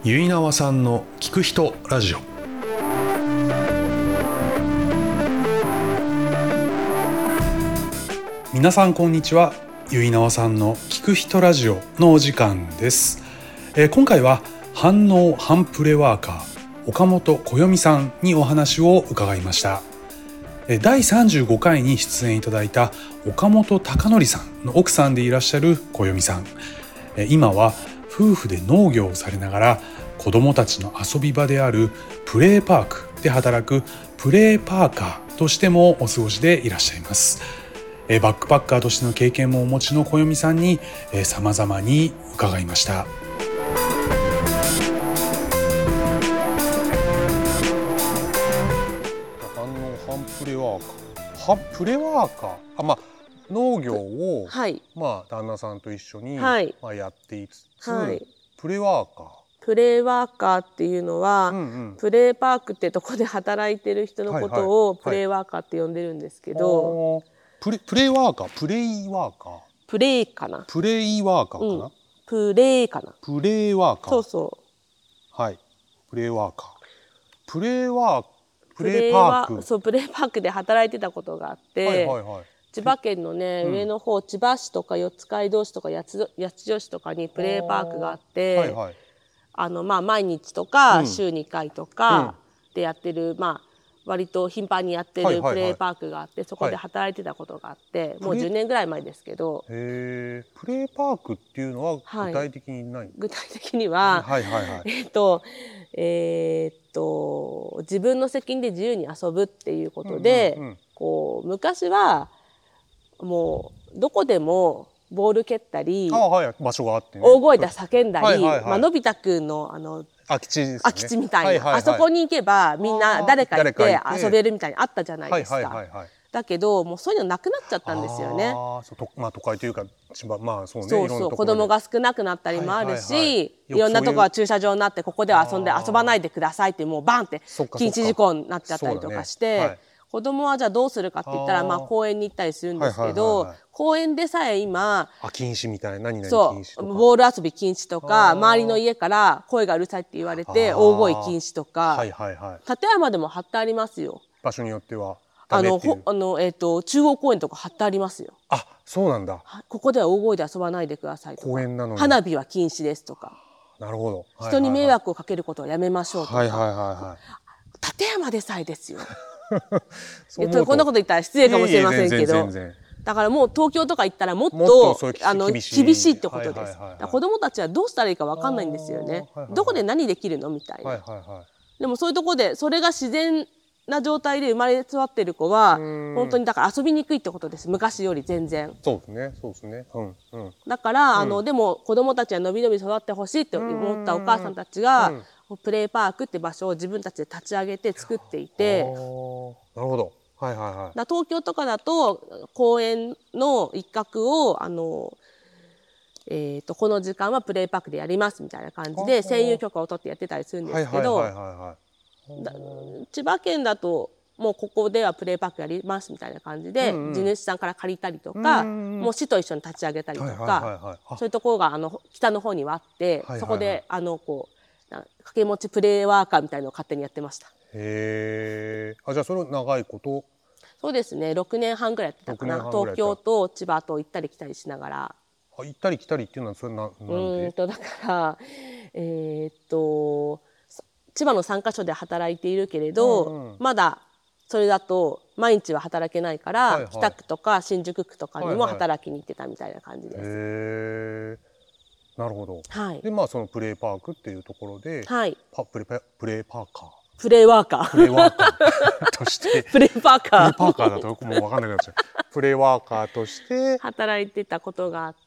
結縄さんの聞く人ラジオ。皆さんこんにちは。結縄さんの聞く人ラジオのお時間です。今回は反応ハンプレワーカー岡本こよみさんにお話を伺いました。第35回に出演いただいた岡本貴則さんの奥さんでいらっしゃるこよみさん、今は夫婦で農業をされながら子どもたちの遊び場であるプレーパークで働くプレーパーカーとしてもお過ごしでいらっしゃいます。バックパッカーとしての経験もお持ちのこよみさんに様々に伺いました。プレワーカー、プレワーカー、農業を、旦那さんと一緒に、やっていつつ、プレワーカー。 プレワーカーっていうのは、プレーパークってとこで働いてる人のことをプレーワーカーって呼んでるんですけど、 プレワーカー、プレイワーカー、 プレイかな、 プレイワーカーかな、 プレイかな、 プレイワーカー、プレイワーカー、プレイワーカー、プレーパーク、 そう、プレーパークで働いてたことがあって、千葉県のね、上の方、千葉市とか四街道市とか八千代市とかにプレーパークがあって、毎日とか週2回とかでやってる、割と頻繁にやってるプレーパークがあって、そこで働いてたことがあって、もう10年ぐらい前ですけど。 プレーパークっていうのは具体的に何？ 具体的には、自分の責任で自由に遊ぶっていうことで、昔はもうどこでもボール蹴ったり、 場所があってね、 大声で叫んだり、のび太くんの空き地みたいな、あそこに行けばみんな誰か行って遊べるみたいにあったじゃないですか。だけどもうそういうのなくなっちゃったんですよね。 都会というかそうそう、子供が少なくなったりもあるし、いろんなとこは駐車場になって、ここでは遊ばないでくださいってもうバンって禁止事項になっちゃったりとかして、子供はじゃあどうするかって言ったら公園に行ったりするんですけど、公園でさえ今禁止みたいな、何々禁止とか、 ボール遊び禁止とか、周りの家から声がうるさいって言われて大声禁止とか、立山でも貼ってありますよ。 場所によっては中央公園とか貼ってありますよ。 そうなんだ。 ここでは大声で遊ばないでくださいとか、 公園なのに花火は禁止ですとか。 なるほど。 人に迷惑をかけることはやめましょうとか。立山でさえですよ。こんなこと言ったら失礼かもしれませんけど、だからもう東京とか行ったらもっと厳しいってことです。子どもたちはどうしたらいいか分かんないんですよね。どこで何できるのみたいな。でもそういうとこでそれが自然な状態で生まれ育ってる子は本当にだから遊びにくいってことです。昔より全然。 そうですね。 だからでも子どもたちはのびのび育ってほしいって思ったお母さんたちがプレーパークって場所を自分たちで立ち上げて作っていて。 なるほど。 東京とかだと公園の一角をこの時間はプレーパークでやりますみたいな感じで占有許可を取ってやってたりするんですけど、千葉県だともうここではプレーパークやりますみたいな感じで地主さんから借りたりとか、もう市と一緒に立ち上げたりとか、そういうところが北の方にはあって、そこで掛け持ちプレーワーカーみたいなのを勝手にやってました。 じゃあそれを長いこと。 そうですね、6年半ぐらいやってたかな。東京と千葉と行ったり来たりしながら。 行ったり来たりっていうのはそれなんで？ だから千葉の3カ所で働いているけれど、まだそれだと毎日は働けないから、北区とか新宿区とかにも働きに行ってたみたいな感じです。 なるほど。でそのプレーパークっていうところで、プレーパーカー、 プレーワーカーとしてプレーパーカーだともう分かんなくなっちゃう。プレーワーカーとして働いてたことがあって、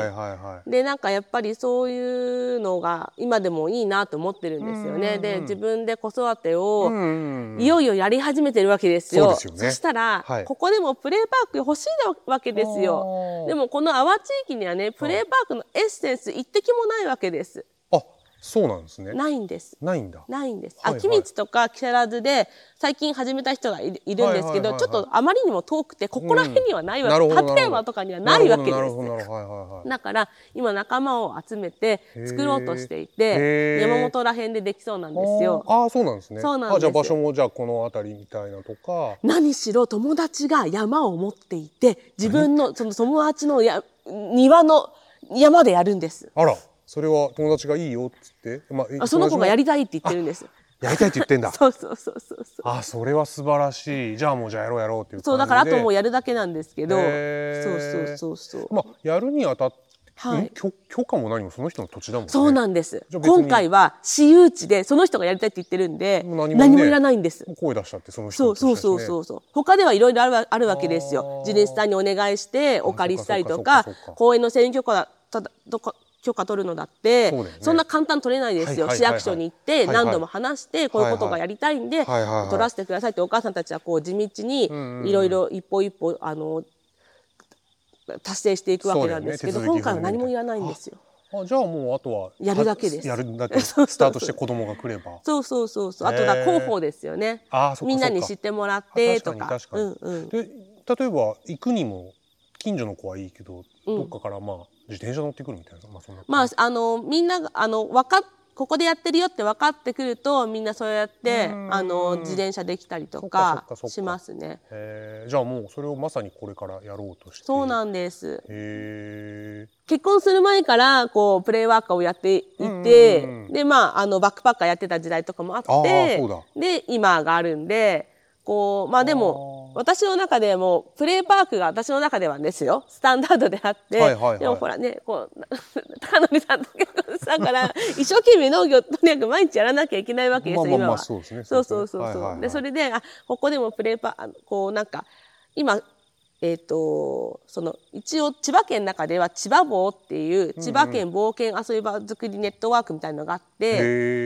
でなんかやっぱりそういうのが今でもいいなと思ってるんですよね。で自分で子育てをいよいよやり始めてるわけですよ。そしたらここでもプレーパーク欲しいわけですよ。でもこの阿波地域にはね、プレーパークのエッセンス一滴もないわけです。 そうなんですね。 ないんです。 ないんだ。 ないんです。君津とか木更津で最近始めた人がいるんですけど、ちょっとあまりにも遠くてここら辺にはないわけ、館山とかにはないわけです。だから今仲間を集めて作ろうとしていて、山本ら辺でできそうなんですよ。 そうなんですね。そうなんです。じゃあ場所もじゃあこの辺りみたいなとか。 何しろ友達が山を持っていて、自分のその友達の庭の山でやるんです。 あら。それは友達がいいよっつって、 その子がやりたいって言ってるんです。 やりたいって言ってんだ。 そう。 それは素晴らしい。じゃあもうやろうっていう感じで。 そうだからあともうやるだけなんですけど。そう。 やるにあたって許可も何もその人の土地だもんね。 そうなんです。今回は私有地でその人がやりたいって言ってるんで何もいらないんです。 声出したってその人の土地だしね。 そう。他ではいろいろあるわけですよ。地主さんにお願いしてお借りしたりとか、公園の占有許可取るのだって、そんな簡単取れないですよ。市役所に行って何度も話してこういうことがやりたいんで取らせてくださいってお母さんたちはこう地道にいろいろ一歩一歩達成していくわけなんですけど、今回は何もいらないんですよ。 じゃあもうあとはやるだけです。 やるだけスタートして子供が来れば。 そう。あとだ広報ですよね。みんなに知ってもらってとか。 確かに。で例えば行くにも近所の子はいいけど、どっかから自転車乗ってくるみたいな。 みんなここでやってるよって分かってくるとみんなそうやって自転車できたりとかしますね。 じゃあもうそれをまさにこれからやろうとして。 そうなんです。結婚する前からこうプレイワーカーをやっていて、でバックパッカーやってた時代とかもあって、で今があるんで。でも私の中でもプレイパークが私の中ではですよスタンダードであって、でもほらね高則さんと結婚したから一生懸命農業とにかく毎日やらなきゃいけないわけですよ今は。そう。でそれでここでもプレイパーなんか今一応千葉県の中では千葉坊っていう千葉県冒険遊び場作りネットワークみたいなのがあって、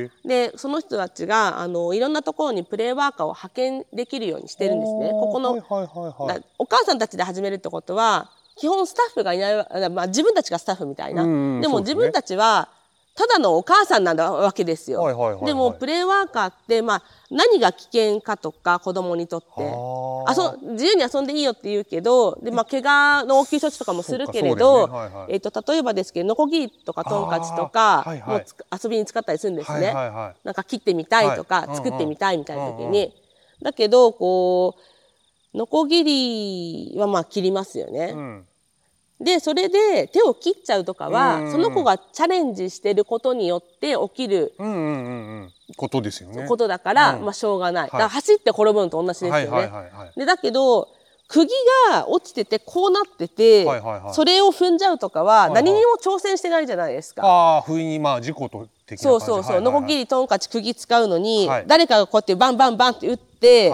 でその人たちがいろんなところにプレイワーカーを派遣できるようにしてるんですね。ここのお母さんたちで始めるってことは基本スタッフがいない、自分たちがスタッフみたいな。でも自分たちはただのお母さんなんだわけですよ。でもプレイワーカーって何が危険かとか子供にとって自由に遊んでいいよって言うけどで、怪我の応急処置とかもするけれど、例えばですけどノコギリとかトンカチとかも遊びに使ったりするんですね。なんか切ってみたいとか作ってみたいみたいな時に。だけどノコギリは切りますよね。でそれで手を切っちゃうとかは、その子がチャレンジしてることによって起きることですよね。 ことだから、しょうがない。だから走って転ぶのと同じですよね。でだけど釘が落ちててこうなってて、それを踏んじゃうとかは何にも挑戦してないじゃないですか。 不意に事故と的な感じ。 そう。ノコギリトンカチ釘使うのに、誰かがこうやってバンバンバンって打って、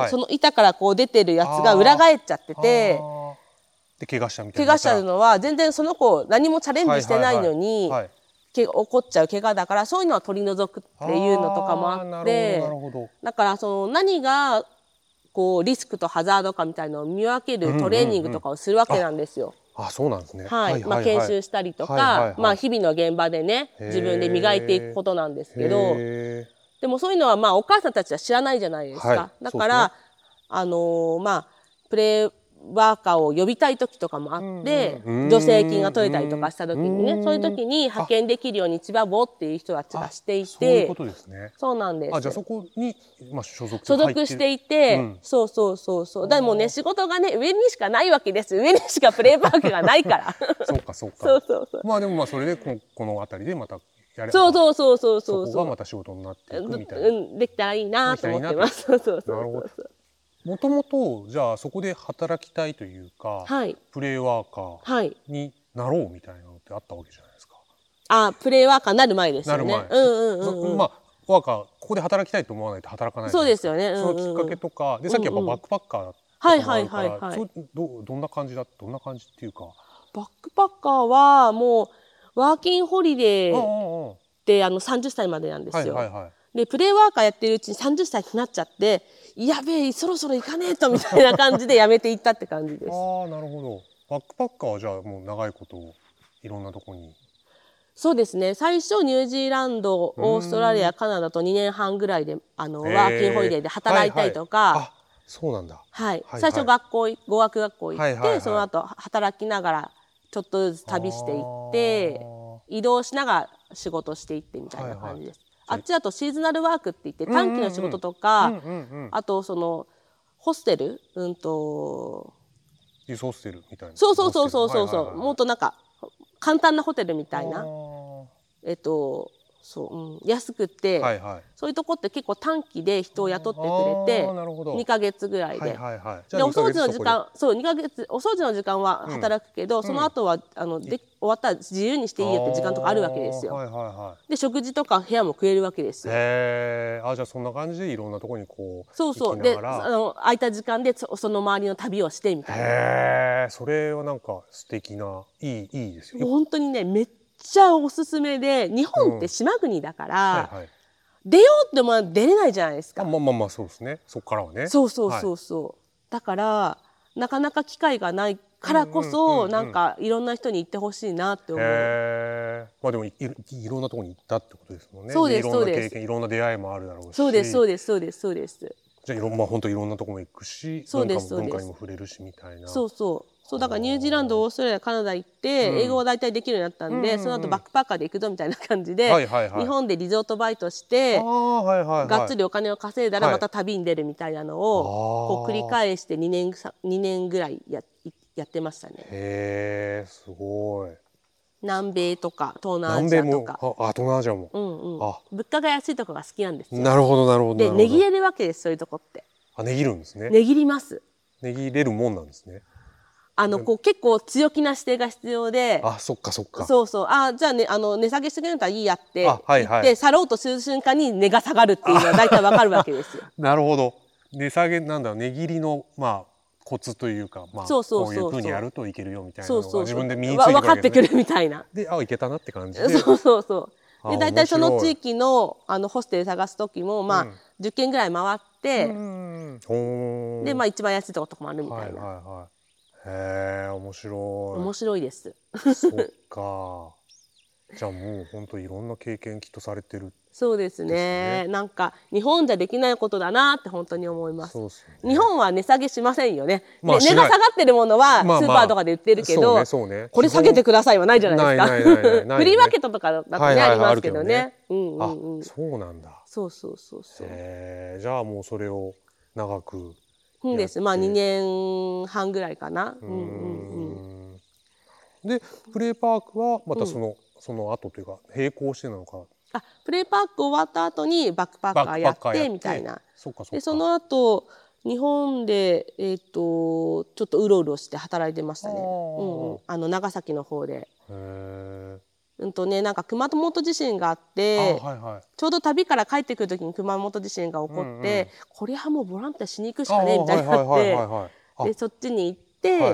その板からこう出てるやつが裏返っちゃってて。 で怪我したみたいな。 怪我しちゃうのは全然その子何もチャレンジしてないのに起こっちゃう怪我だから、そういうのは取り除くっていうのとかもあって、だから何がリスクとハザードかみたいなのを見分けるトレーニングとかをするわけなんですよ。 そうなんですね。 研修したりとか、日々の現場でね自分で磨いていくことなんですけど、でもそういうのはお母さんたちは知らないじゃないですか。だからプレイワーカーを呼びたい時とかもあって、助成金が取れたりとかした時にね、そういう時に派遣できるように千葉坊っていう人たちがしていて、 そういうことですね。 そうなんです。 じゃあそこに所属していて、そうでもね仕事がね上にしかないわけです。上にしかプレイパークがないから。 そうか。でもそれでこの辺りでまたやれば、 そうそこがまた仕事になっていくみたいな。 できたらいいなと思ってます。 なるほど。もともとじゃあそこで働きたいというか、プレイワーカーになろうみたいなのってあったわけじゃないですか。 プレイワーカーになる前ですよね。 ワーカーここで働きたいと思わないと働かない。 そうですよね。 そのきっかけとかでさっきやっぱバックパッカーとかもあるから、どんな感じっていうか。 バックパッカーはもうワーキンホリデーって30歳までなんですよ。でプレイワーカーやってるうちに30歳になっちゃって。やべえそろそろ行かねえとみたいな感じで辞めていったって感じです。 なるほど。バックパッカーはじゃあもう長いこといろんなとこに。 そうですね。最初ニュージーランド、オーストラリア、カナダと2年半ぐらいでワーキングホリデーで働いたりとか、 はいはい、あ、そうなんだ。 はい。 はいはい、 最初語学学校行って、はいはいはい、その後働きながらちょっとずつ旅していって移動しながら仕事していってみたいな感じです。はいはい、あっちだとシーズナルワークって言って短期の仕事とか、あとそのホステル、ユースホステルみたいな。 そうそうそうそうそうそう、はいはいはい、もっとなんか簡単なホテルみたいな、そう、安くて、はいはい、そういうとこって結構短期で人を雇ってくれて2ヶ月ぐらいで、はいはいはい、でお掃除の時間、そう2ヶ月お掃除の時間は働くけど、その後は終わったら自由にしていいよって時間とかあるわけですよ。はいはいはい、で食事とか部屋も食えるわけですよ。 へー、じゃあそんな感じでいろんなところにこうそうそう、で空いた時間でその周りの旅をしてみたいな。 へー、それはなんか素敵ないいですよ。 本当にね、めっちゃおすすめで、日本って島国だから、はいはい、出ようっても出れないじゃないですか。 まあまあまあそうですね。そこからはね。 そうそうそうそう。はい、だからなかなか機会がないからこそ、なんかいろんな人に行ってほしいなって思う。 まあでもいろんなところに行ったってことですもんね。 そうですそうです。 いろんな経験、いろんな出会いもあるだろうし。 そうですそうですそうですそうです。 じゃあまあ本当いろんなところも行くし、文化にも触れるしみたいな。 そうそう。そうだからニュージーランド、オーストラリア、カナダ行って、英語は大体できるようになったんで、その後バックパッカーで行くぞみたいな感じで、日本でリゾートバイトして、がっつりお金を稼いだらまた旅に出るみたいなのをこう繰り返して2年ぐらいやってましたね。 へー、すごい。 南米とか東南アジアとか。 東南アジアも。 物価が安いとこが好きなんですよ。 なるほどなるほど。 で値切れるわけです、そういうとこって。 値切るんですね。 値切ります。 値切れるもんなんですね。 こう結構強気な姿勢が必要で、 そっかそっか。 そうそう、じゃあね、値下げしてくれるんだったらいいやって言って去ろうとする瞬間に値が下がるっていうのは大体わかるわけですよ。 なるほど。値下げなんだ、値切りのまあコツというか、まあこういう風にやるといけるよみたいなのが自分で身についてくるわけですね。 分かってくるみたいな。 で、いけたなって感じで。 そうそうそう。で大体その地域のホステル探す時もまあ10軒ぐらい回って、でまあ一番安いところとかもあるみたいな。 へえ、面白い。 面白いです。 そっか。じゃあもう本当いろんな経験きっとされてる。 そうですね。なんか日本じゃできないことだなって本当に思います。 そうですね、日本は値下げしませんよね。値が下がってるものはスーパーとかで売ってるけど、これ下げてくださいはないじゃないですか。フリーマーケットとかだとねありますけどね。 そうなんだ。 そうそうそうそう。 じゃあもうそれを長く。 です。まあ2年半ぐらいかな。 でプレーパークはまたその後というか並行してなのか。 プレーパーク終わった後にバックパッカーやってみたいな。でその後日本でちょっとうろうろして働いてましたね。長崎の方で。なんか熊本地震があって、ちょうど旅から帰ってくる時に熊本地震が起こって、これはもうボランティアしに行くしかねえみたいになって、でそっちに行って、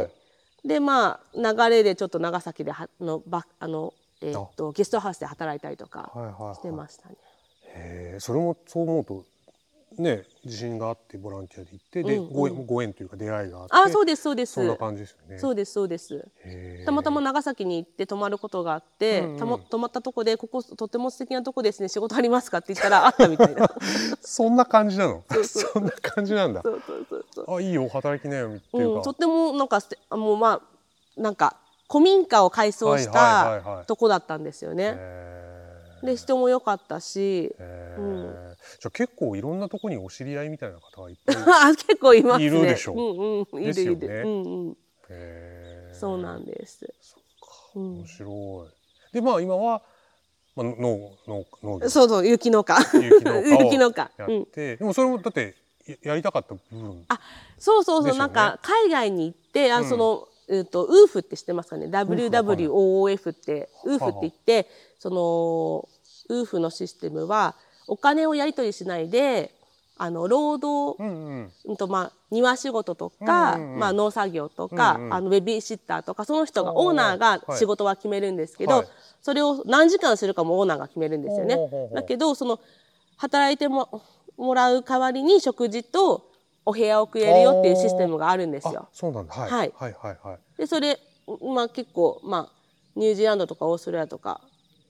でまあ流れでちょっと長崎でゲストハウスで働いたりとかしてましたね。 それもそう思うとね、地震があってボランティアで行ってでご縁というか出会いがあって、 そうですそうです、 そんな感じですよね。 そうですそうです。たまたま長崎に行って泊まることがあって、泊まったとこでこことても素敵なとこですね、仕事ありますかって言ったらあったみたいな。 そんな感じなの？そんな感じなんだ。いいよ働きなよっていうか。 とってもなんかもうまあなんか古民家を改装したとこだったんですよね。で人も良かったし。 じゃあ結構いろんなとこにお知り合いみたいな方がいっぱい結構いますね。 いるでしょう。 いるいる。そうなんです。 そっか、面白い。でまあ今は農業。 そうそう、有機農家。有機農家。 やって、でもそれもだってやりたかった部分。 そうそうそう、なんか海外に行ってそのWOOF って知ってますかね。WWOOF ってWOOF って言ってそのWOOF のシステムはお金をやり取りしないで労働、庭仕事とか、農作業とか、ベビーシッターとかその人がオーナーが仕事は決めるんですけど、それを何時間するかもオーナーが決めるんですよね。だけどその働いてもらう代わりに食事とお部屋をくれるよっていうシステムがあるんですよ。 そうなんだ。はい。はいはいはい。 でそれ結構ニュージーランドとかオーストラリアとか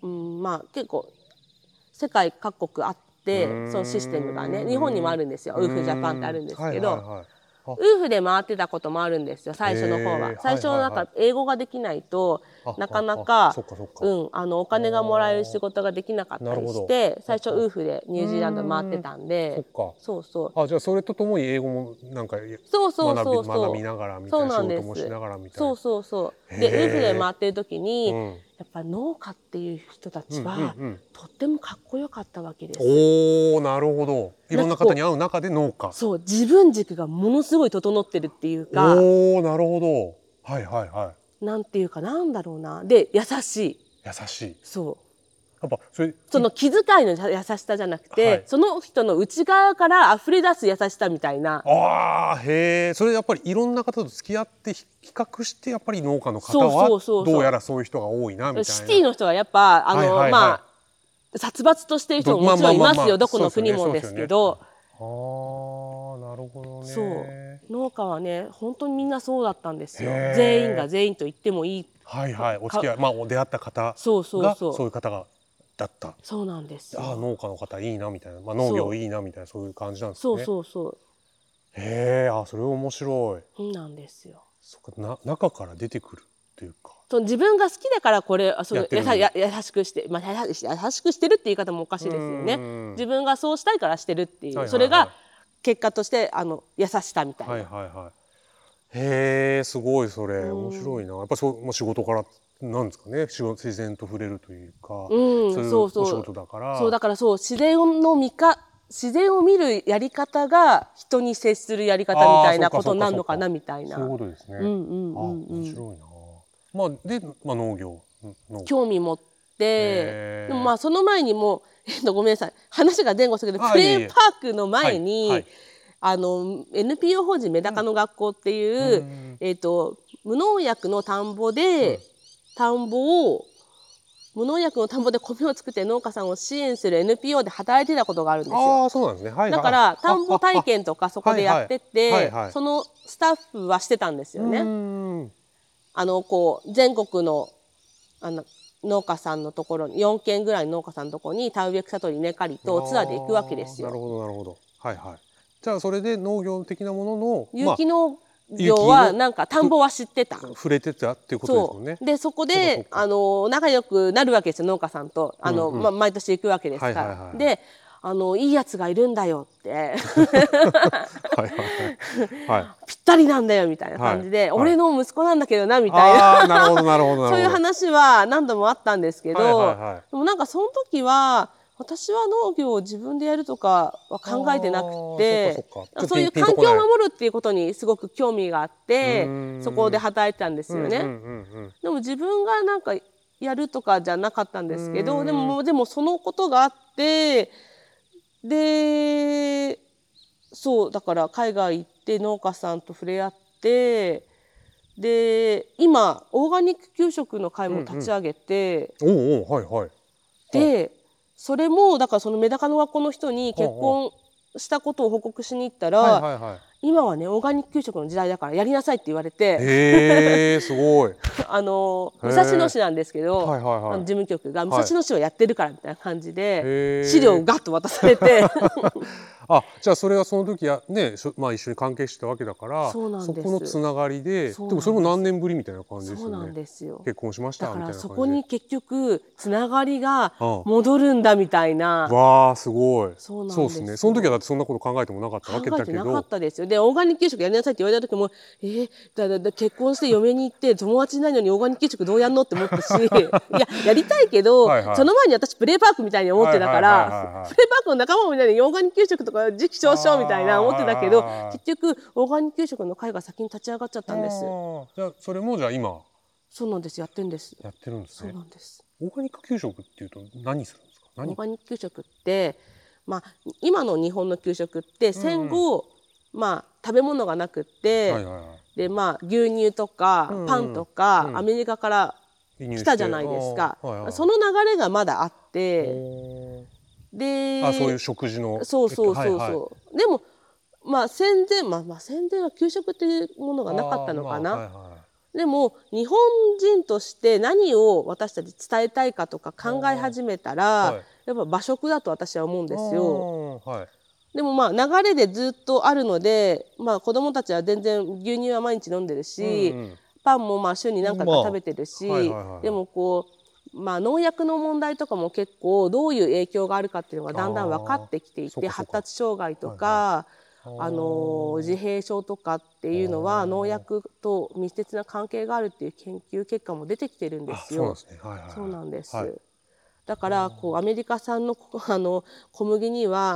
まあ結構世界各国あってそのシステムがね日本にもあるんですよ。ウーフジャパンってあるんですけど。ウーフで回ってたこともあるんですよ最初の方は。最初のなんか英語ができないとなかなかお金がもらえる仕事ができなかったりして最初ウーフでニュージーランド回ってたんで。そうそう。 じゃあそれとともに英語もなんか学びながらみたいな仕事もしながらみたいな。 そうそうそう。でウーフで回ってる時にやっぱ農家っていう人たちはとってもかっこよかったわけです。 おー、なるほど。いろんな方に会う中で農家。 そう、自分軸がものすごい整ってるっていうか。 おー、なるほど。はいはいはい。 なんていうかなんだろうな。で優しい。 優しい。 そう。 やっぱその気遣いの優しさじゃなくて、はい、その人の内側から溢れ出す優しさみたいな。 ああ、へえ。それやっぱりいろんな方と付き合って比較してやっぱり農家の方はどうやらそういう人が多いなみたいな。 シティの人はやっぱまあ殺伐としてる人ももちろんいますよ。どこの国もですけど。 ああ、なるほどね。 そう。農家はね本当にみんなそうだったんですよ。全員が全員と言ってもいい。 はいはい。お付き合い出会った方がそういう方が。だった。 そうなんですよ。 農家の方いいなみたいな、農業いいなみたいなそういう感じなんですね。 そう。 へえ、それ面白い。 そうなんですよ。 そっか、中から出てくるっていうか。 自分が好きだからこれ優しくして、優しくしてるって言い方もおかしいですよね。自分がそうしたいからしてるっていう、それが結果として優しさみたいな。 へえ、すごいそれ面白いな。やっぱ仕事からなんですかね、自然と触れるというか、そういうお仕事だから。 そうだから自然を見るやり方が人に接するやり方みたいなことになるのかなみたいな。 そういうことですね。面白いな。で農業興味持って、でもその前にもごめんなさい話が前後するけどプレーパークの前にNPO 法人メダカの学校っていう無農薬の田んぼで無農薬の田んぼで米を作って農家さんを支援する NPO で働いてたことがあるんですよ。 そうなんですね。 だから田んぼ体験とかそこでやっててそのスタッフはしてたんですよね。全国の農家さんのところに4軒ぐらいの農家さんのところに田植え草取り稲刈りとツアーで行くわけですよ。 なるほどなるほど。はいはい。じゃあそれで農業的なものの有機農業はなんか田んぼは知ってた。 触れてたっていうことですもんね。 でそこで仲良くなるわけですよ農家さんと毎年行くわけですから。でいいやつがいるんだよってぴったりなんだよみたいな感じで、俺の息子なんだけどなみたいなそういう話は何度もあったんですけど、でもなんかその時は私は農業を自分でやるとかは考えてなくて、そういう環境を守るっていうことにすごく興味があってそこで働いてたんですよね。でも自分がなんかやるとかじゃなかったんですけど、でもそのことがあってでだから海外行って農家さんと触れ合ってで今オーガニック給食の会も立ち上げて、でそれもだからそのメダカの学校の人に結婚したことを報告しに行ったら、今はねオーガニック給食の時代だからやりなさいって言われて、すごい武蔵野市なんですけど、事務局が武蔵野市はやってるからみたいな感じで資料をガッと渡されてじゃあそれはその時ね一緒に関係してたわけだからそこのつながりで、でもそれも何年ぶりみたいな感じですよね。そうなんですよ。結婚しましたみたいな感じで。 だからそこに結局つながりが戻るんだみたいな。 わあすごい。そうですね。その時はだってそんなこと考えてもなかったわけだけど。 考えてなかったですよ。でオーガニック給食やりなさいって言われた時も結婚して嫁に行って友達いないのにオーガニック給食どうやんのって思ったしやりたいけどその前に私プレーパークみたいに思ってたからプレーパークの仲間みたいにオーガニック給食とか時期尚早みたいな思ってたけど結局オーガニック給食の会が先に立ち上がっちゃったんです。 じゃあそれもじゃあ今そうなんです。やってるんです。 やってるんですね。 そうなんです。 オーガニック給食っていうと何するんですか？ オーガニック給食って今の日本の給食って戦後食べ物がなくってで牛乳とかパンとかアメリカから来たじゃないですか。その流れがまだあってでそういう食事のそうでも戦前は給食っていうものがなかったのかな。 でも日本人として何を私たち伝えたいかとか考え始めたら、やっぱ和食だと私は思うんですよ。でもまあ流れでずっとあるので、まあ、子どもたちは全然牛乳は毎日飲んでるし、パンもまあ週に何回か食べてるし、でもこう、まあ、農薬の問題とかも結構どういう影響があるかっていうのがだんだん分かってきていて、発達障害とか、自閉症とかっていうのは農薬と密接な関係があるっていう研究結果も出てきてるんですよ。そうなんです。だからこうアメリカ産の小麦には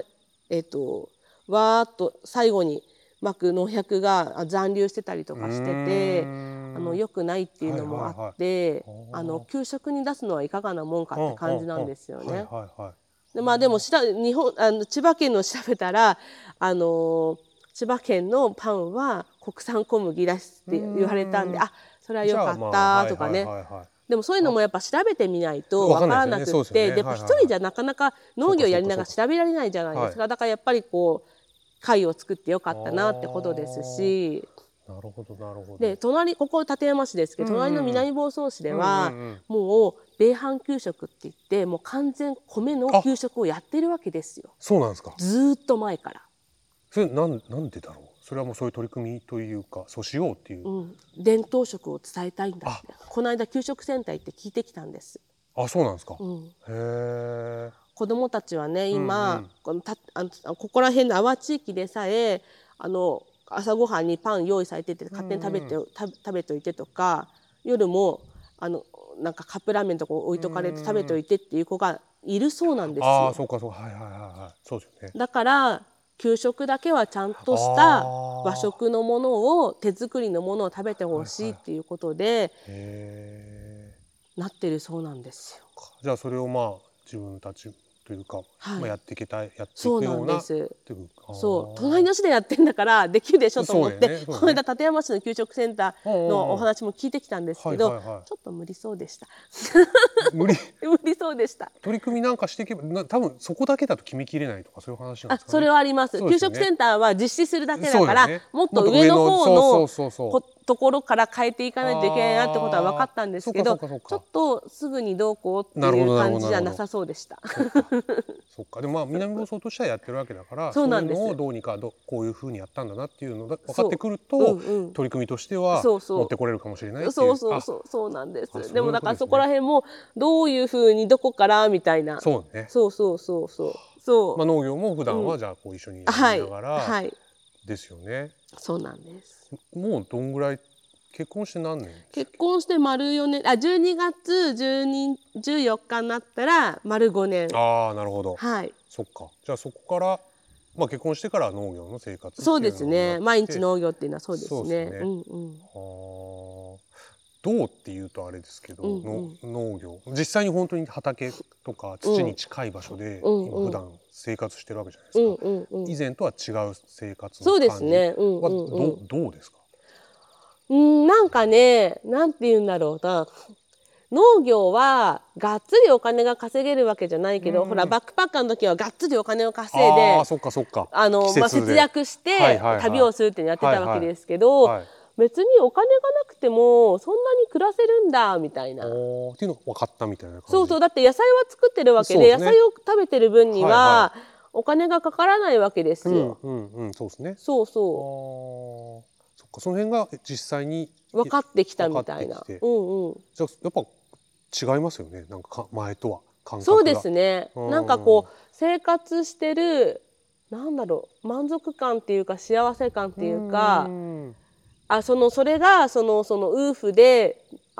わーっと最後にまく農薬が残留してたりとかしてて良くないっていうのもあって給食に出すのはいかがなもんかって感じなんですよね。でまあでも千葉県の調べたら千葉県のパンは国産小麦だしって言われたんでそれはよかったとかね。でもそういうのもやっぱ調べてみないと分からなくってでやっぱ一人じゃなかなか農業やりながら調べられないじゃないですか。だからやっぱりこう会を作ってよかったなってことですし。 なるほどなるほど。 でここ館山市ですけど隣の南房総市ではもう米飯給食って言ってもう完全米の給食をやってるわけですよ。 そうなんですか。 ずっと前から。 それなんでだろう。それはもうそういう取り組みというかそうしようっていう、 伝統食を伝えたいんだってこの間給食センター行って聞いてきたんです。 そうなんですか。 へえ。子どもたちはね今、ここら辺の阿波地域でさえ朝ごはんにパン用意されてて勝手に食べといてとか夜もなんかカップラーメンとか置いとかれて食べといてっていう子がいるそうなんですよ。 そうかそうはいはいはいそうですよね。 だから給食だけはちゃんとした和食のものを手作りのものを食べてほしいっていうことでなってるそうなんですよ。 じゃあそれをまあ自分たちというか、やっていくような。 そう隣の市でやってんだからできるでしょと思って、この間館山市の給食センターのお話も聞いてきたんですけど、ちょっと無理そうでした。無理そうでした。 取り組みなんかしていけば多分そこだけだと決めきれないとかそういう話なんですかね。 それはあります。給食センターは実施するだけだから、もっと上の方のところから変えていかないといけないなってことは分かったんですけど、ちょっとすぐにどうこうっていう感じじゃなさそうでした。 そっか。でもまあ南房総としてはやってるわけだから、そういうのをどうにかこういうふうにやったんだなっていうのが分かってくると、取り組みとしては持ってこれるかもしれないっていう。 そうなんです。でもだからそこら辺もどういうふうにどこからみたいな。 そうね。 そう。 まあ農業も普段はじゃあこう一緒にやりながらですよね。 そうなんです。 もうどんぐらい結婚して何年？ 結婚して丸4年12月14日になったら丸5年。 なるほど。 はい。 そっか。じゃあそこからまあ結婚してから農業の生活そうですね。毎日農業っていうのはそうですね。 どうっていうとあれですけど、農業実際に本当に畑とか土に近い場所で今普段生活してるわけじゃないですか。以前とは違う生活の感じはどうですか？ なんかね、なんて言うんだろうな。農業はがっつりお金が稼げるわけじゃないけど、ほらバックパッカーの時はがっつりお金を稼いで節約して旅をするってやってたわけですけど、別にお金がなくてもそんなに暮らせるんだみたいな。っていうのが分かったみたいな感じ。 そうだって野菜は作ってるわけで、野菜を食べてる分にはお金がかからないわけですよ。 そうですね。 その辺が実際に分かってきたみたいな。じゃあやっぱ違いますよね。なんか前とは感覚が。 そうですね。なんかこう生活してるなんだろう満足感っていうか幸せ感っていうか。それがその夫婦で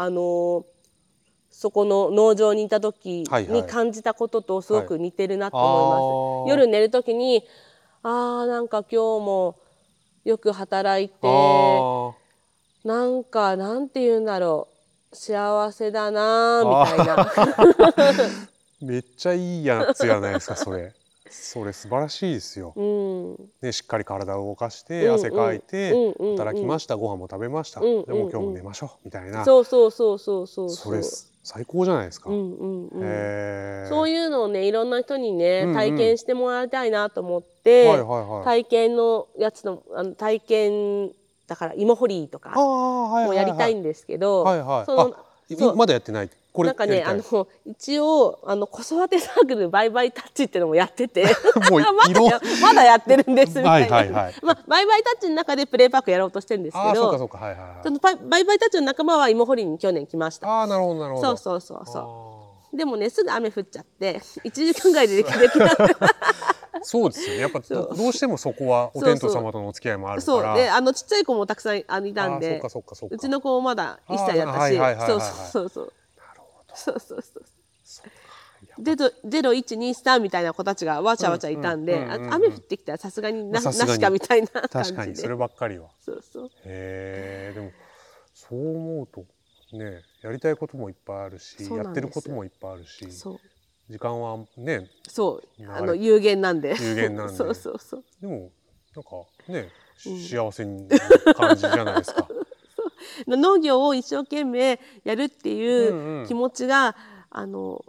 そこの農場にいた時に感じたこととすごく似てるなと思います。夜寝る時になんか今日もよく働いてなんかなんて言うんだろう幸せだなみたいな。 めっちゃいいやつやないですかそれ。それ素晴らしいですよ。しっかり体を動かして汗かいて働きました、ご飯も食べました、でも今日も寝ましょうみたいな。そうそれ最高じゃないですか。そういうのをねいろんな人にね体験してもらいたいなと思って、体験のやつの体験だから芋掘りとかもやりたいんですけど、 まだやってない。これなんかね、一応子育てサークルバイバイタッチっていうのもやっててもうまだやってるんですみたいな。バイバイタッチの中でプレイパークやろうとしてるんですけど、そのバイバイタッチの仲間は芋掘りに去年来ました。 なるほどなるほど。 そうでもね、すぐ雨降っちゃって1時間ぐらいでできなくそうですよね。やっぱどうしてもそこはお天道様とのお付き合いもあるから。 そうで、ちっちゃい子もたくさんいたんで、うちの子もまだ1歳だったし、0、1、2、3みたいな子たちがわちゃわちゃいたんで、雨降ってきたらさすがになしかみたいな感じで。 確かにそればっかりは。でもそう思うとね、やりたいこともいっぱいあるし、やってることもいっぱいあるし。時間はね、 有限なんで。 でもなんかね、幸せな感じじゃないですか。 農業を一生懸命やるっていう気持ちがも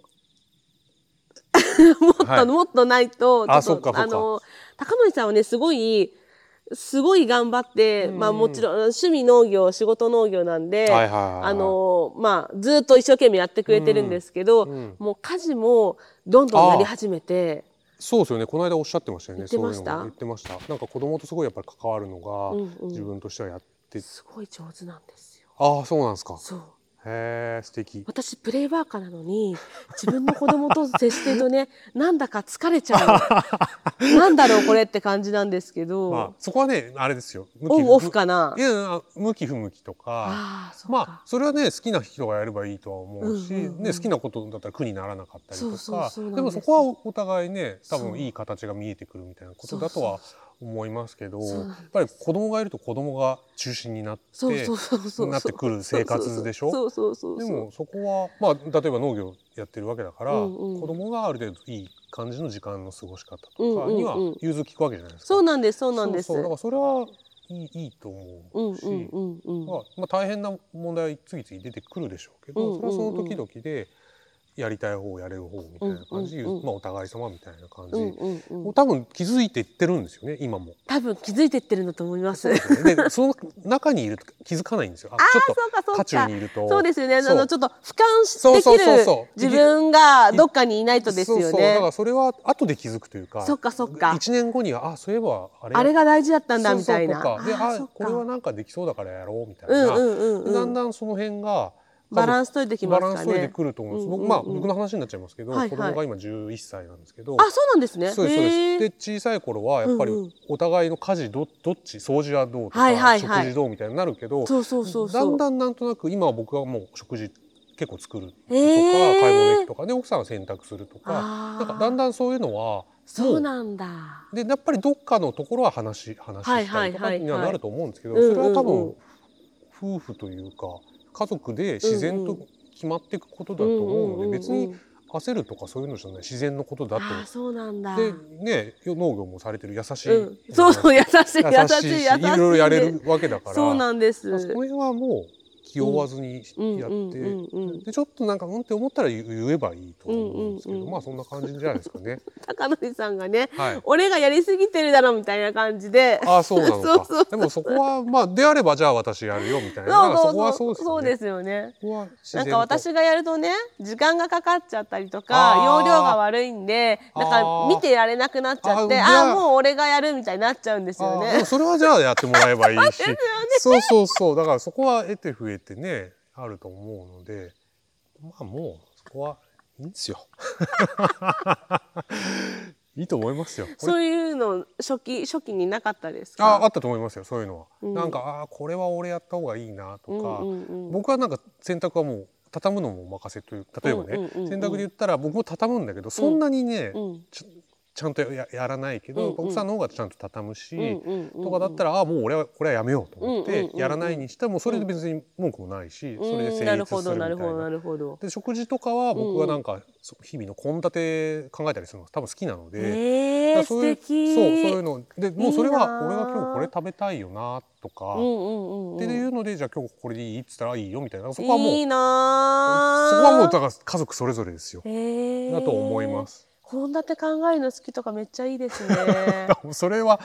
っとないと、高森さんはねすごい頑張って、もちろん趣味農業、仕事農業なんで、ずっと一生懸命やってくれてるんですけど、もう家事もどんどんやり始めて。 そうですよね。この間おっしゃってましたよね。言ってました。なんか子供とすごいやっぱり関わるのが自分としてはやってすごい上手なんですよ。 そうなんですか。 そう。 へえ、素敵。 私プレイワーカーなのに自分の子供と接してるとね、なんだか疲れちゃうなんだろうこれって感じなんですけど、 そこはねあれですよ。 オンオフかな。 いや向き不向きとか、それはね好きな人がやればいいとは思うし、ね好きなことだったら苦にならなかったりとか、でもそこはお互いね多分いい形が見えてくるみたいなことだとは思いますけど、やっぱり子供がいると子供が中心になってくる生活でしょ。でもそこは例えば農業やってるわけだから、子供がある程度いい感じの時間の過ごし方とかには融通きくわけじゃないですか。 そうなんですそうなんです。 だからそれはいいと思うし、大変な問題次々出てくるでしょうけど、それはその時々でやりたい方やれる方みたいな感じで、お互い様みたいな感じ、多分気づいていってるんですよね今も。 多分気づいていってるんだと思います。 でその中にいると気づかないんですよ。ちょっと渦中にいると。 そうですよね。ちょっと俯瞰できる自分がどっかにいないとですよね。 だからそれは後で気づくというか。 そっか。 1年後にはそういえばあれが大事だったんだみたいな。 でこれはなんかできそうだからやろうみたいな。だんだんその辺が。 バランス取れてきますかね。 バランス取れてくると思うんです。僕の話になっちゃいますけど、子供が今11歳なんですけど。 そうなんですね。 そうです。で小さい頃はやっぱりお互いの家事どっち掃除はどうとか食事どうみたいになるけど、だんだんなんとなく今は僕はもう食事結構作るとか買い物行くとかで奥さんが洗濯するとか、なんかだんだんそういうのはそうなんだ。 でやっぱりどっかのところは話したりとかにはなると思うんですけど、それは多分夫婦というか。家族で自然と決まっていくことだと思うので、別に焦るとかそういうのじゃない、自然のことだと。 そうなんだ。 でね、農業もされてる優しい、 そう優しいいろいろやれるわけだから。 そうなんです。 その辺はもう気負わずにやって、でちょっとなんかって思ったら言えばいいと思うんですけど、そんな感じじゃないですかね。 高典さんがね、俺がやりすぎてるだろみたいな感じで。 そうなのか。でもそこはであればじゃあ私やるよみたいな。そこはそうですよね。なんか私がやるとね、時間がかかっちゃったりとか、容量が悪いんで、なんか見てられなくなっちゃって、もう俺がやるみたいになっちゃうんですよね。 それはじゃあやってもらえばいいし。そうだからそこは得て増えてねあると思うので、もうそこはいいんですよ。いいと思いますよ。 そういうの初期になかったですか？ あったと思いますよ。そういうのは。なんかこれは俺やった方がいいなとか、僕はなんか洗濯はもう畳むのもお任せという、例えばね洗濯で言ったら僕も畳むんだけど、そんなにねちゃんとやらないけど、奥さんの方がちゃんと畳むしとかだったらもう俺はこれはやめようと思ってやらないにしてもそれで別に文句もないし、それで成立するみたいな。で食事とかは僕はなんか日々の献立考えたりするのが多分好きなので、そういうのでもうそれは俺が今日これ食べたいよなとかっていうので、じゃあ今日これでいいっつったらいいよみたいな、そこはもうだから家族それぞれですよだと思います。 献立考えるの好きとかめっちゃいいですね。 それは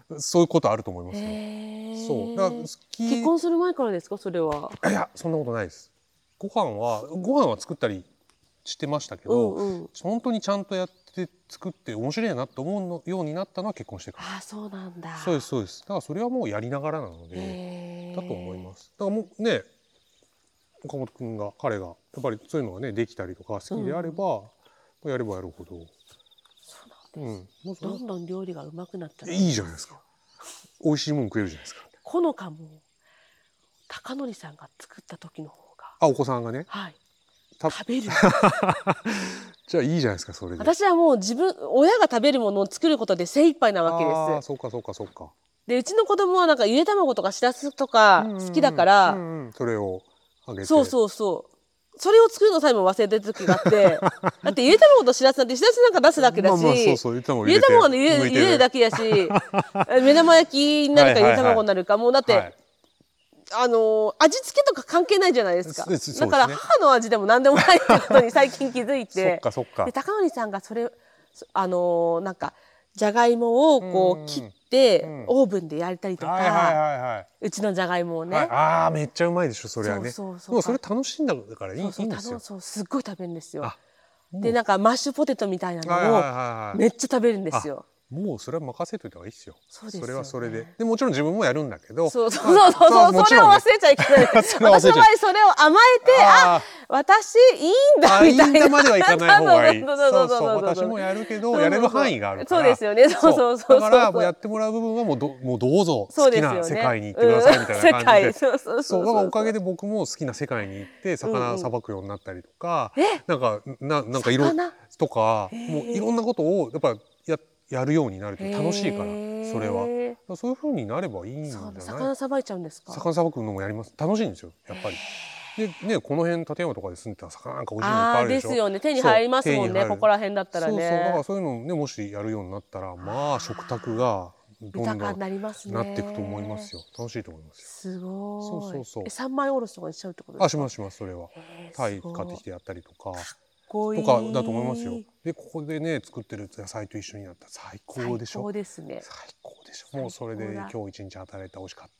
そういうことあると思いますよ。そうだから結婚する前からですかそれは。 いやそんなことないです。ご飯は作ったりしてましたけど、本当にちゃんとやって作って面白いなと思うようになったのは結婚してから。 そうなんだ。 そうですそうです。だからそれはもうやりながらなのでだと思います。だからもうね岡本君が彼がやっぱりそういうのがねできたりとか好きであれば、やればやるほど。 そうなんです。どんどん料理がうまくなったらいいじゃないですか。美味しいもん食えるじゃないですか。 ほのかも貴教さんが作った時の方が。 お子さんがね。 食べる。 じゃあいいじゃないですかそれで。 私はもう親が食べるものを作ることで精一杯なわけです。 そうかそうかそうか。 でうちの子供はなんかゆで卵とかしらすとか好きだから、 それをあげて。 そうそれを作るのさえも忘れてる時があってだってゆで卵としらすなんてしらすなんか出すだけだし、ゆで卵はゆでるだけやし目玉焼きになるかゆで卵になるかもうだって、味付けとか関係ないじゃないですか。だから母の味でも何でもないってことに最近気づいてで貴教さんがそれなんかじゃがいもをこう切ってオーブンで焼いたりとか、うちのじゃがいもをね、 めっちゃうまいでしょそれはね。でもそれ楽しいんだからいいんですよ。 すっごい食べるんですよ。でなんかマッシュポテトみたいなのをめっちゃ食べるんですよ。 もうそれは任せといた方がいいですよ。それはそれで。でもちろん自分もやるんだけど。 それを忘れちゃいけない。私の場合それを甘えて私いいんだみたいな。 いいんだまではいかない方がいい。そう私もやるけどやれる範囲があるから。 そうですよね。だからやってもらう部分はもうどうぞ好きな世界に行ってくださいみたいな感じで。そうだからおかげで僕も好きな世界に行って魚さばくようになったりとか、なんか色とかもういろんなことをやっぱやるようになると楽しいからそれはそういう風になればいいんじゃない。 魚さばいちゃうんですか。 魚さばくのもやります。楽しいんですよやっぱり。でねこの辺館山とかで住んでたら魚なんか美味しいのいっぱいあるでしょ。 ですよね。手に入りますもんねここら辺だったらね。 だからそういうのねもしやるようになったら食卓がどんどんなっていくと思いますよ。楽しいと思いますよ。 すごい。 そう三枚おろしとかにしちゃうってことですか。 しますそれは。タイ買ってきてやったりとか。とかだと思いますよ。でここでね作ってる野菜と一緒になったら最高でしょ。 最高ですね。 最高でしょ。もうそれで今日一日働いた美味しかった。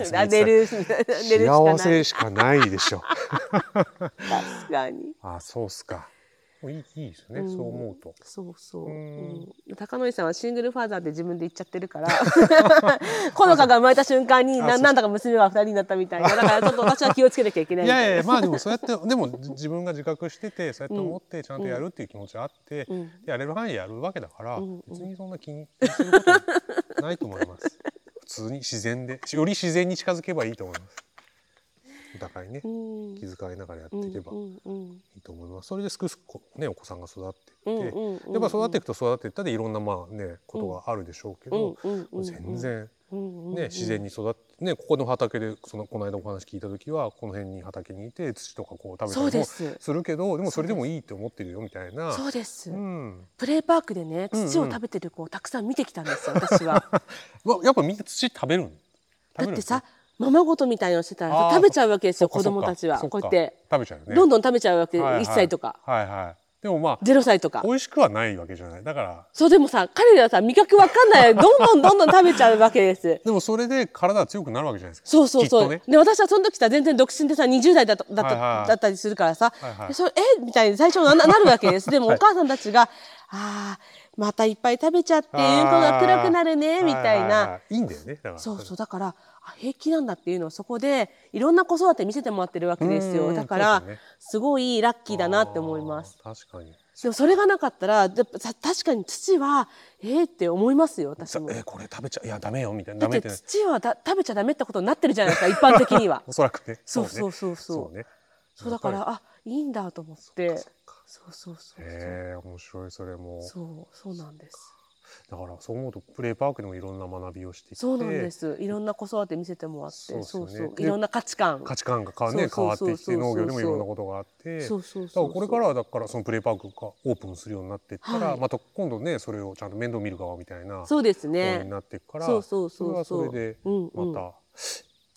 幸せしかないでしょ。 確かに。 そうっすか。いいですね、そう思うと。 貴教さんはシングルファーザーで自分で言っちゃってるからほのかが生まれた瞬間になんだか娘が2人になったみたいな。だからちょっと私は気をつけなきゃいけない。 いやまあでもそうやってでも自分が自覚しててそうやって思ってちゃんとやるっていう気持ちがあってやれる範囲でやるわけだから別にそんな気にすることないと思います。普通に自然でより自然に近づけばいいと思います。お互いね気遣いながらやっていけばいいと思います。それで少しねお子さんが育っていってやっぱ育っていくと育っていったでいろんなことがあるでしょうけど全然ね自然に育ってねここの畑でこの間お話聞いた時はこの辺に畑にいて土とかこう食べたりもするけどでもそれでもいいって思ってるよみたいな。 そうです。プレイパークでね土を食べてる子をたくさん見てきたんですよ私は。 やっぱみんな土食べるんだってさままごとみたいなのしてたら食べちゃうわけですよ子供たちは。こうやってどんどん食べちゃうわけ。1歳とかでも0歳とか美味しくはないわけじゃない。だからそうでもさ彼らはさ味覚わかんないどんどん食べちゃうわけです。 でもそれで体は強くなるわけじゃないですか。 そうで私はその時さ全然独身でさ20代だったりするからさみたいに最初なるわけです。でもお母さんたちがまたいっぱい食べちゃってうんこが暗くなるねみたいな。 いいんだよね。 そうだから平気なんだっていうのをそこでいろんな子育て見せてもらってるわけですよ。だからすごいラッキーだなって思います。 確かに。 でもそれがなかったら確かに土はって思いますよ私も。 これ食べちゃいやダメよみたいな。 だって土は食べちゃダメってことになってるじゃないですか一般的には。 おそらくね。 そうだからいいんだと思って。 面白いそれも。 そうなんです。 だからそう思うとプレイパークでもいろんな学びをしてきてそうなんです。いろんな子育て見せてもらっていろんな価値観が変わってきて農業でもいろんなことがあってだからこれからはだからそのプレイパークがオープンするようになっていったらまた今度ねそれをちゃんと面倒見る側みたいなそうですねになっていくからそれはそれでまた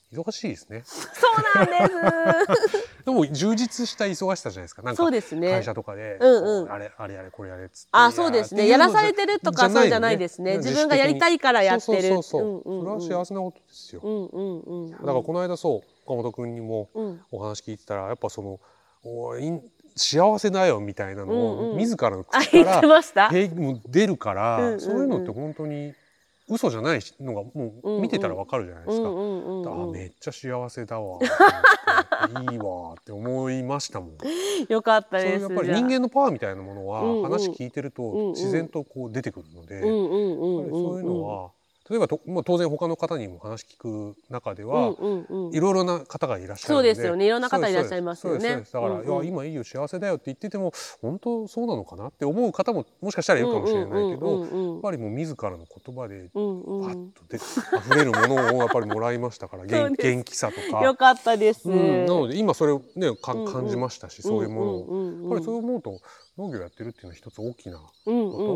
忙しいですね。 そうなんですでも充実した忙しさじゃないですか。なんか会社とかで、あれやれこれやれっつって。 あ、そうですね。やらされてるとかそうじゃないですね。自分がやりたいからやってる。 それは幸せなことですよ。だからこの間岡本君にもお話聞いてたら、やっぱ幸せだよみたいなのを自らの口から出るから、そういうのって本当に嘘じゃないのがもう見てたらわかるじゃないですか。めっちゃ幸せだわいいわって思いましたもん。 よかったです。 やっぱり人間のパワーみたいなものは話聞いてると自然とこう出てくるので、そういうのは例えば当然他の方にも話聞く中ではいろいろな方がいらっしゃるので、 そうですよね。いろんな方いらっしゃいますよね。 だから今いいよ幸せだよって言ってても本当そうなのかなって思う方ももしかしたらいるかもしれないけど、やっぱりもう自らの言葉でパッと溢れるものをやっぱりもらいましたから元気さとか。 よかったです。 なので今それをね感じましたし、そういうものをやっぱりそう思うと農業やってるっていうのは一つ大きなこと、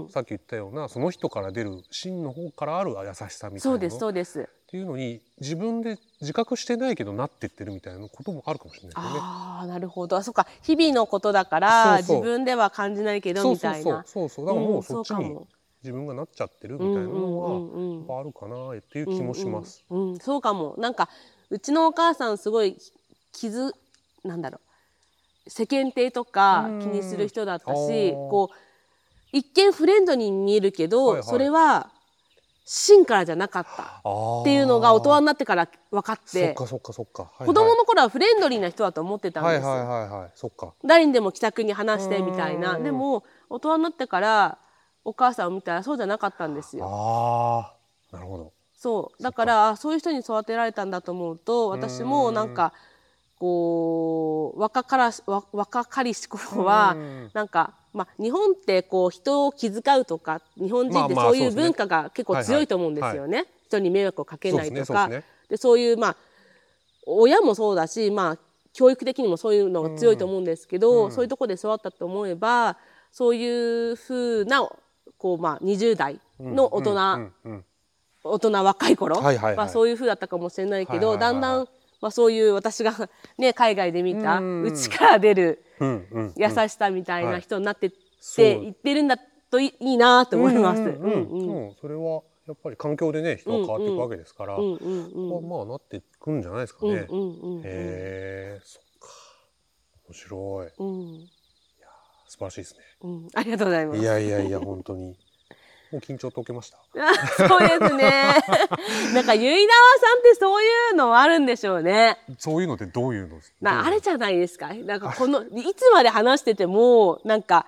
さっき言ったようなその人から出る芯の方からある優しさみたいなのっていうのに自分で自覚してないけどなってってるみたいなこともあるかもしれないですね。 ああ、なるほど。そうか、日々のことだから自分では感じないけどみたいな。 そうだからもうそっちに自分がなっちゃってるみたいなのはやっぱあるかなっていう気もします。 そうかも。なんかうちのお母さんすごいなんだろう。世間体とか気にする人だったし、こう一見フレンドに見えるけど、それは芯からじゃなかったっていうのが大人になってから分かって、子供の頃はフレンドリーな人だと思ってたんですよ。誰にでも気さくに話してみたいな。でも大人になってからお母さんを見たらそうじゃなかったんですよ。 なるほど。 そうだからそういう人に育てられたんだと思うと、私もなんかこう若かりし頃はなんか、日本ってこう人を気遣うとか、日本人ってそういう文化が結構強いと思うんですよね。人に迷惑をかけないとか、そういう親もそうだし、教育的にもそういうのが強いと思うんですけど、そういうところで育ったと思えば、そういうふうなこう20代の大人若い頃はそういうふうだったかもしれないけど、だんだんそういう私がね海外で見た内から出る優しさみたいな人になってっていってるんだといいなと思います。 それはやっぱり環境でね人は変わっていくわけですから、なっていくんじゃないですかね。そっか、面白い。いや素晴らしいですね。 ありがとうございます。 いや本当に。もう緊張解けました。 そうですね。なんか結菜さんってそういうのあるんでしょうね。 そういうのってどういうの？ あれじゃないですか。なんかいつまで話しててもなんか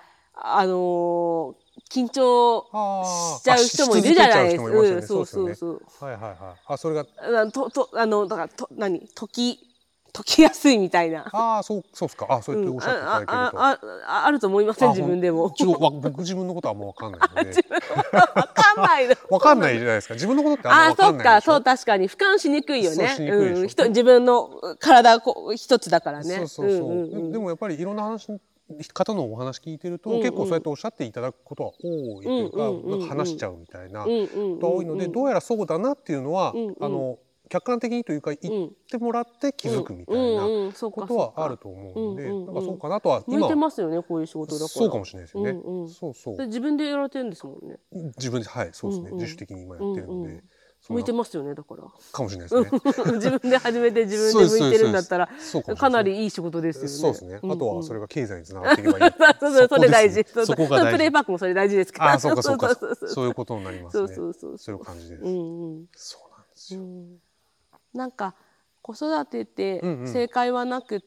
緊張しちゃう人もいるじゃないですか。そう。 それがだから解きやすいみたいな。 そうですか。そうやっておっしゃっていただけると。 あると思いません、自分でも。 僕自分のことはもう分かんないので。 分かんないじゃないですか。自分のことってあんま分かんないでしょ。 そう確かに俯瞰しにくいよね。自分の体一つだからね。 でもやっぱりいろんな方のお話聞いてると結構そうやっておっしゃっていただくことは多いというか、話しちゃうみたいなことが多いので、どうやらそうだなっていうのは客観的にというか言ってもらって気づくみたいなことはあると思うので、なんかそうかなとは今向いてますよね、こういう仕事だから。 そうかもしれないですよね。 で自分でやられてるんですもんね。 自分でそうですね、自主的に今やってるので。 向いてますよね、だから。 かもしれないですね。 自分で始めて自分で向いてるんだったらかなりいい仕事ですよね。 そうですね。あとはそれが経済につながっていけばいい。 それ大事。 そこが大事。 プレイバックもそれ大事ですから。 そういうことになりますね。そういう感じです。そうなんですよ。 なんか子育てって正解はなくって、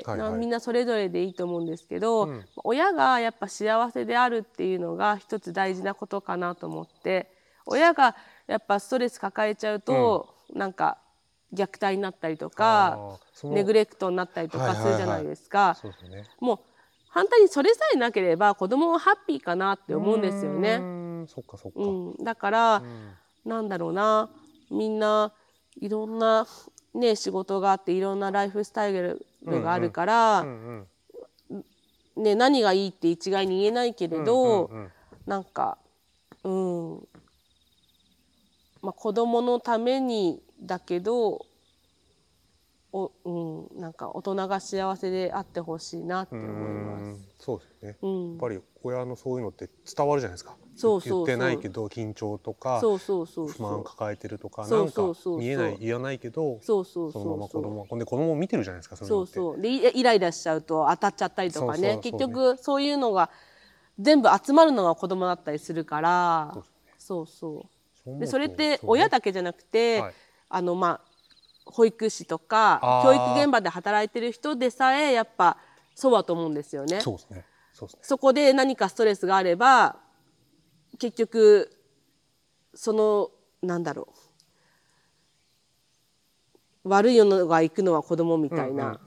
みんなそれぞれでいいと思うんですけど、親がやっぱ幸せであるっていうのが一つ大事なことかなと思って、親がやっぱストレス抱えちゃうと、なんか虐待になったりとかネグレクトになったりとかするじゃないですか。もう反対にそれさえなければ子供はハッピーかなって思うんですよね。だからなんだろうな、みんないろんなね仕事があっていろんなライフスタイルがあるから、ね、何がいいって一概に言えないけれど、なんか子供のためにだけどなんか大人が幸せであってほしいなって思います。 そうですよね、やっぱり親のそういうのって伝わるじゃないですか。言ってないけど緊張とか不満抱えてるとか、なんか見えない言わないけど、そのまま子供を見てるじゃないですか。 そうでイライラしちゃうと当たっちゃったりとかね、結局そういうのが全部集まるのが子供だったりするから、でそれって親だけじゃなくて、保育士とか教育現場で働いてる人でさえやっぱそうだと思うんですよね。そこで何かストレスがあれば結局なんだろう、悪いのが行くのは子供みたいな、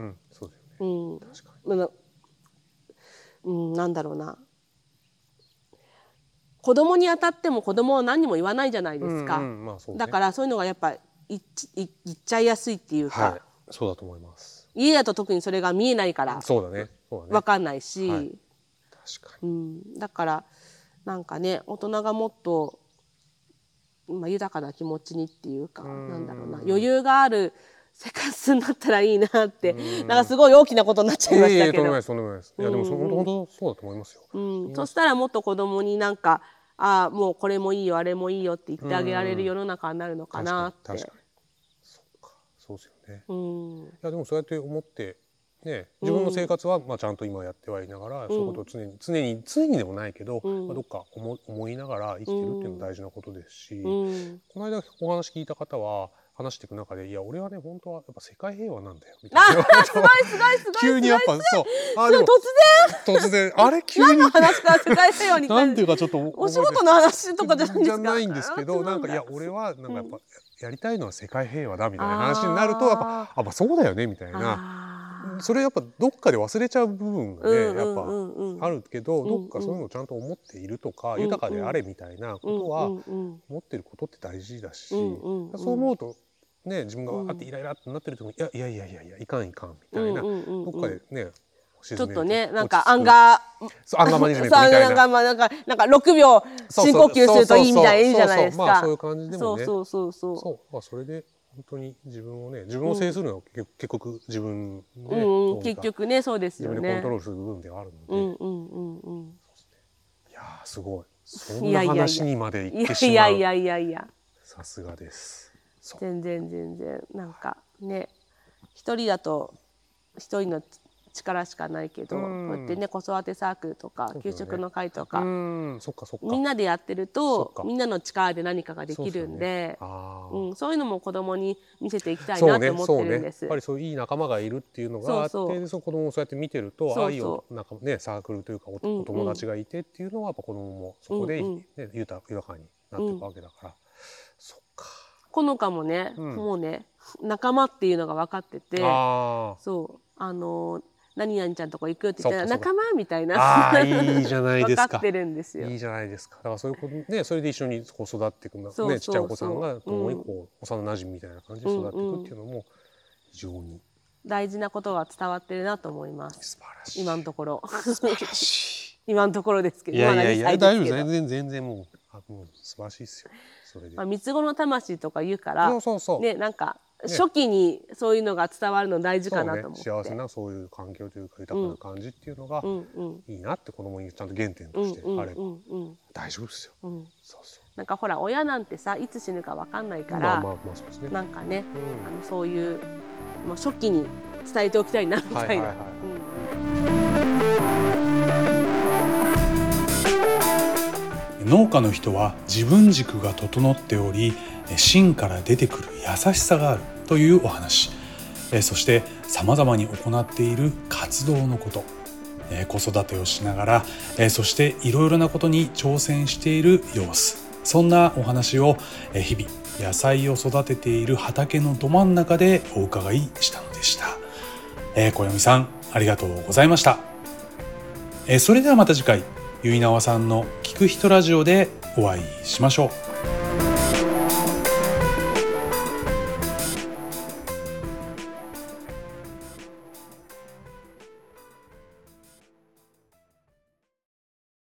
なんだろうな、子供に当たっても子供は何にも言わないじゃないですか。だからそういうのがやっぱ言っちゃいやすいっていうか、 そうだと思います。 家だと特にそれが見えないから分かんないし、だからなんかね、大人がもっと豊かな気持ちにっていうか、なんだろうな、余裕がある生活になったらいいなって、なんかすごい大きなことになっちゃいましたけど。 いやでも本当そうだと思いますよ。 そしたらもっと子供になんかもうこれもいいよあれもいいよって言ってあげられる世の中になるのかなって。 確かにそうですよね。いやでもそうやって思ってね、自分の生活はちゃんと今やってはいながら、そういうことを常にでもないけど、どっか思いながら生きてるっていうのは大事なことですし、この間お話聞いた方は話していく中で、いや俺はね本当はやっぱ世界平和なんだよみたいな。 すごい急にやっぱ突然あれ急に何の話から世界平和になんていうかちょっとお仕事の話とかじゃないんですか。 じゃないんですけど、なんかいや俺はなんかやっぱやりたいのは世界平和だみたいな話になると、やっぱそうだよねみたいな、それやっぱどっかで忘れちゃう部分がねやっぱあるけど、どっかそういうのをちゃんと思っているとか、豊かであれみたいなことは思ってることって大事だし、そう思うとね、自分があってイライラってなってる時にいやいかんみたいな、どっかでねちょっとね、なんかアンガーマネジメントみたいな、 なんか6秒深呼吸するといいみたいないいじゃないですか。 そういう感じでもね、それで本当に自分を制するのは結局自分で、 結局ね、そうですよね。 自分でコントロールする部分ではあるので、いやすごい、そんな話にまで行ってしまう。いやさすがです。 全然なんかね、一人だと一人の力しかないけど、こうやってね子育てサークルとか給食の会とかみんなでやってるとみんなの力で何かができるんで、そういうのも子供に見せていきたいなと思ってるんです。 やっぱりそういういい仲間がいるっていうのがあって、その子供もそうやって見てると、いい仲間ね、サークルというかお友達がいてっていうのはやっぱ子供もそこで豊かになっていくわけだから。そっか。 この子もね、もうね仲間っていうのが分かってて、何々ちゃんとこ行くって言ったら仲間みたいな、 いいじゃないですか。 分かってるんですよ。 いいじゃないですか。だからそういうことね、それで一緒にこう育っていくね、ちっちゃいお子さんが共にこう幼馴染みたいな感じで育っていくっていうのも非常に大事なことが伝わってるなと思います。 素晴らしい。 今のところ。 素晴らしい。 今のところですけど。 いや大丈夫、全然もう素晴らしいですよ。それで。 三つ子の魂とか言うから、ね、なんか初期にそういうのが伝わるの大事かなと思って。 幸せなそういう環境というか豊かな感じっていうのがいいなって、子供にちゃんと原点としてあれば大丈夫ですよ。 なんかほら親なんてさ、いつ死ぬか分かんないから、なんかね、そういう初期に伝えておきたいなみたいな。 農家の人は自分軸が整っており、芯から出てくる優しさがあるというお話、そしてさまざまに行っている活動のこと、子育てをしながら、そしていろいろなことに挑戦している様子、そんなお話を日々野菜を育てている畑のど真ん中でお伺いしたのでした。小読さん、ありがとうございました。それではまた次回、結菜さんの聞く人ラジオでお会いしましょう。